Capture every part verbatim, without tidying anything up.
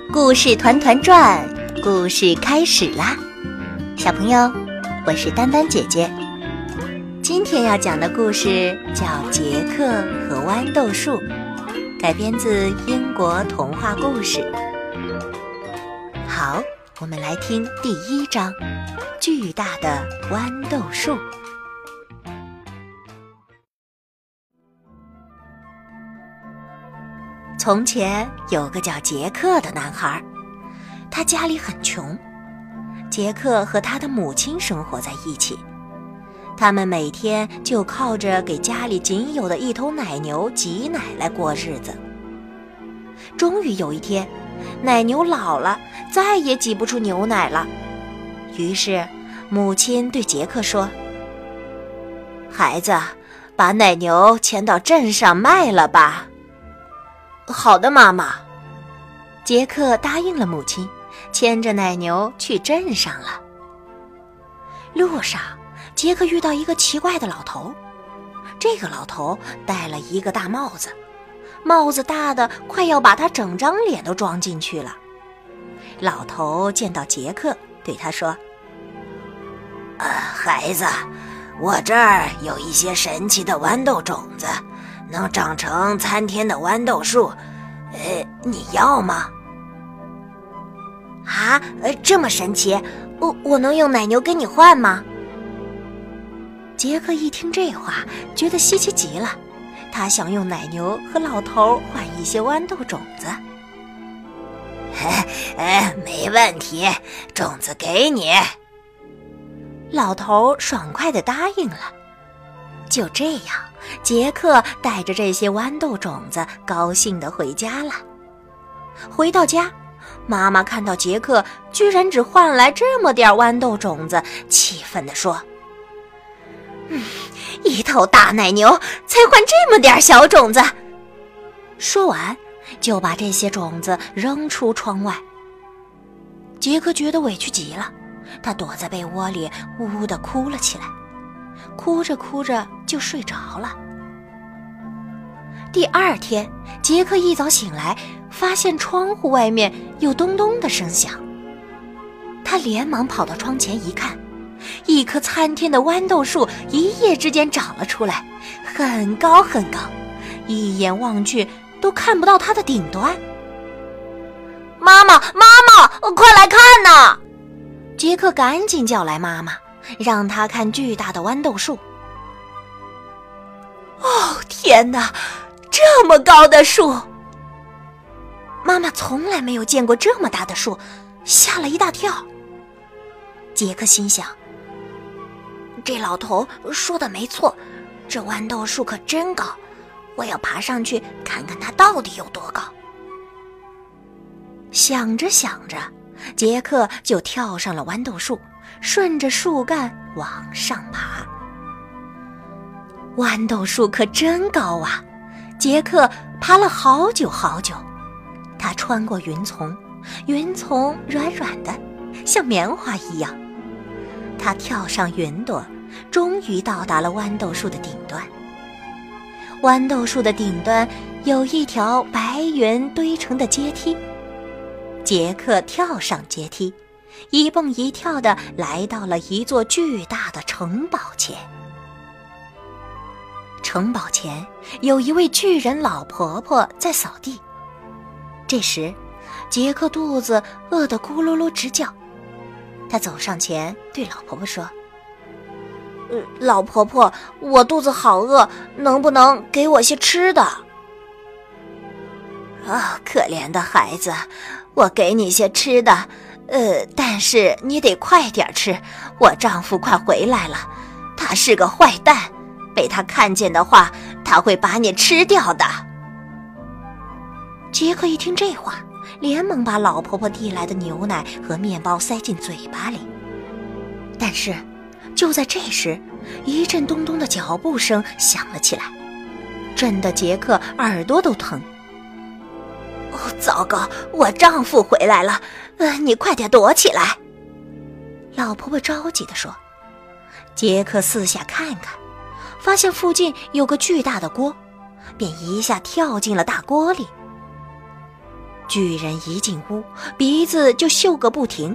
故事团团转，故事开始啦！小朋友，我是丹丹姐姐。今天要讲的故事叫《杰克和豌豆树》，改编自英国童话故事。好，我们来听第一章：巨大的豌豆树。从前有个叫杰克的男孩，他家里很穷。杰克和他的母亲生活在一起，他们每天就靠着给家里仅有的一头奶牛挤奶来过日子。终于有一天，奶牛老了，再也挤不出牛奶了。于是母亲对杰克说：“孩子，把奶牛牵到镇上卖了吧。”好的，妈妈。杰克答应了母亲，牵着奶牛去镇上了。路上，杰克遇到一个奇怪的老头。这个老头戴了一个大帽子，帽子大的快要把他整张脸都装进去了。老头见到杰克，对他说：“呃，孩子，我这儿有一些神奇的豌豆种子，能长成参天的豌豆树，呃，你要吗？”啊，呃，这么神奇，我我能用奶牛跟你换吗？杰克一听这话，觉得稀奇极了，他想用奶牛和老头换一些豌豆种子。哎，没问题，种子给你。老头爽快地答应了。就这样，杰克带着这些豌豆种子高兴地回家了。回到家，妈妈看到杰克居然只换来这么点豌豆种子，气愤地说：“嗯，一头大奶牛才换这么点小种子。”说完，就把这些种子扔出窗外。杰克觉得委屈极了，他躲在被窝里呜呜地哭了起来。哭着哭着就睡着了。第二天，杰克一早醒来，发现窗户外面有咚咚的声响。他连忙跑到窗前一看，一棵参天的豌豆树一夜之间长了出来，很高很高，一眼望去都看不到它的顶端。妈妈，妈妈，快来看呐！杰克赶紧叫来妈妈，让他看巨大的豌豆树。哦，天哪，这么高的树！妈妈从来没有见过这么大的树，吓了一大跳。杰克心想，这老头说的没错，这豌豆树可真高，我要爬上去看看它到底有多高。想着想着，杰克就跳上了豌豆树，顺着树干往上爬。豌豆树可真高啊！杰克爬了好久好久，他穿过云丛，云丛软软的，像棉花一样。他跳上云朵，终于到达了豌豆树的顶端。豌豆树的顶端有一条白云堆成的阶梯，杰克跳上阶梯，一蹦一跳地来到了一座巨大的城堡前。城堡前有一位巨人老婆婆在扫地。这时，杰克肚子饿得咕噜噜直叫。他走上前对老婆婆说：“呃，老婆婆，我肚子好饿，能不能给我些吃的？”“哦，可怜的孩子，我给你些吃的，呃，但是你得快点吃，我丈夫快回来了，他是个坏蛋，被他看见的话，他会把你吃掉的。”杰克一听这话，连忙把老婆婆递来的牛奶和面包塞进嘴巴里。但是就在这时，一阵咚咚的脚步声响了起来，震得杰克耳朵都疼。“哦，糟糕，我丈夫回来了，呃，你快点躲起来。”老婆婆着急地说。杰克四下看看，发现附近有个巨大的锅，便一下跳进了大锅里。 巨人一进屋，鼻子就嗅个不停。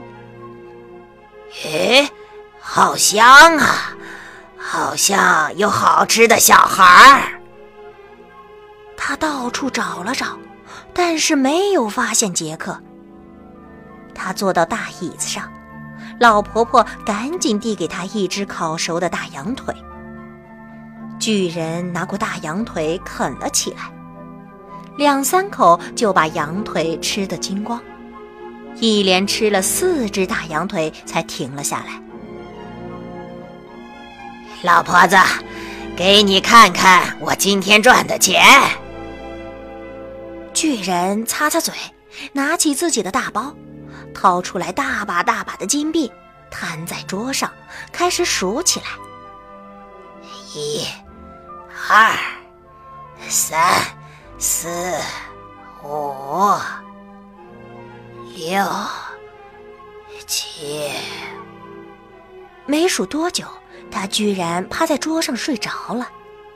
咦，好香啊，好像有好吃的小孩儿。 他到处找了找，但是没有发现杰克。他坐到大椅子上，老婆婆赶紧递给他一只烤熟的大羊腿。巨人拿过大羊腿啃了起来，两三口就把羊腿吃得精光，一连吃了四只大羊腿才停了下来。 老婆子，给你看看我今天赚的钱。 巨人擦擦嘴，拿起自己的大包，掏出来大把大把的金币，摊在桌上，开始数起来。 一、二、三、四、五、六、七。 没数多久，他居然趴在桌上睡着了。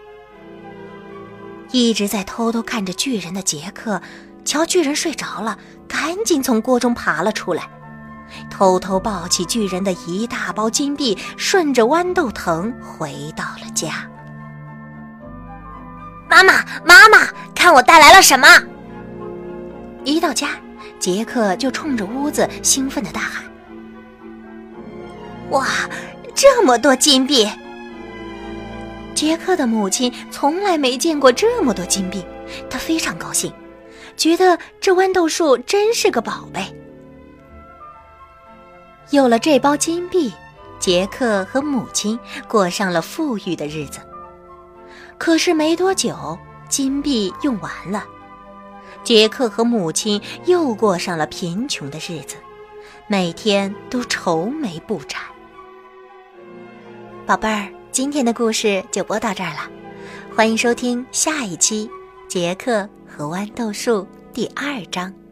一直在偷偷看着巨人的杰克，瞧巨人睡着了，赶紧从锅中爬了出来，偷偷抱起巨人的一大包金币，顺着豌豆藤回到了家。 妈妈，妈妈，看我带来了什么！ 一到家，杰克就冲着屋子兴奋地大喊：哇，这么多金币！杰克的母亲从来没见过这么多金币，她非常高兴，觉得这豌豆树真是个宝贝。有了这包金币，杰克和母亲过上了富裕的日子。可是没多久，金币用完了，杰克和母亲又过上了贫穷的日子，每天都愁眉不展。宝贝儿，今天的故事就播到这儿了，欢迎收听下一期《杰克和豌豆树》第二章。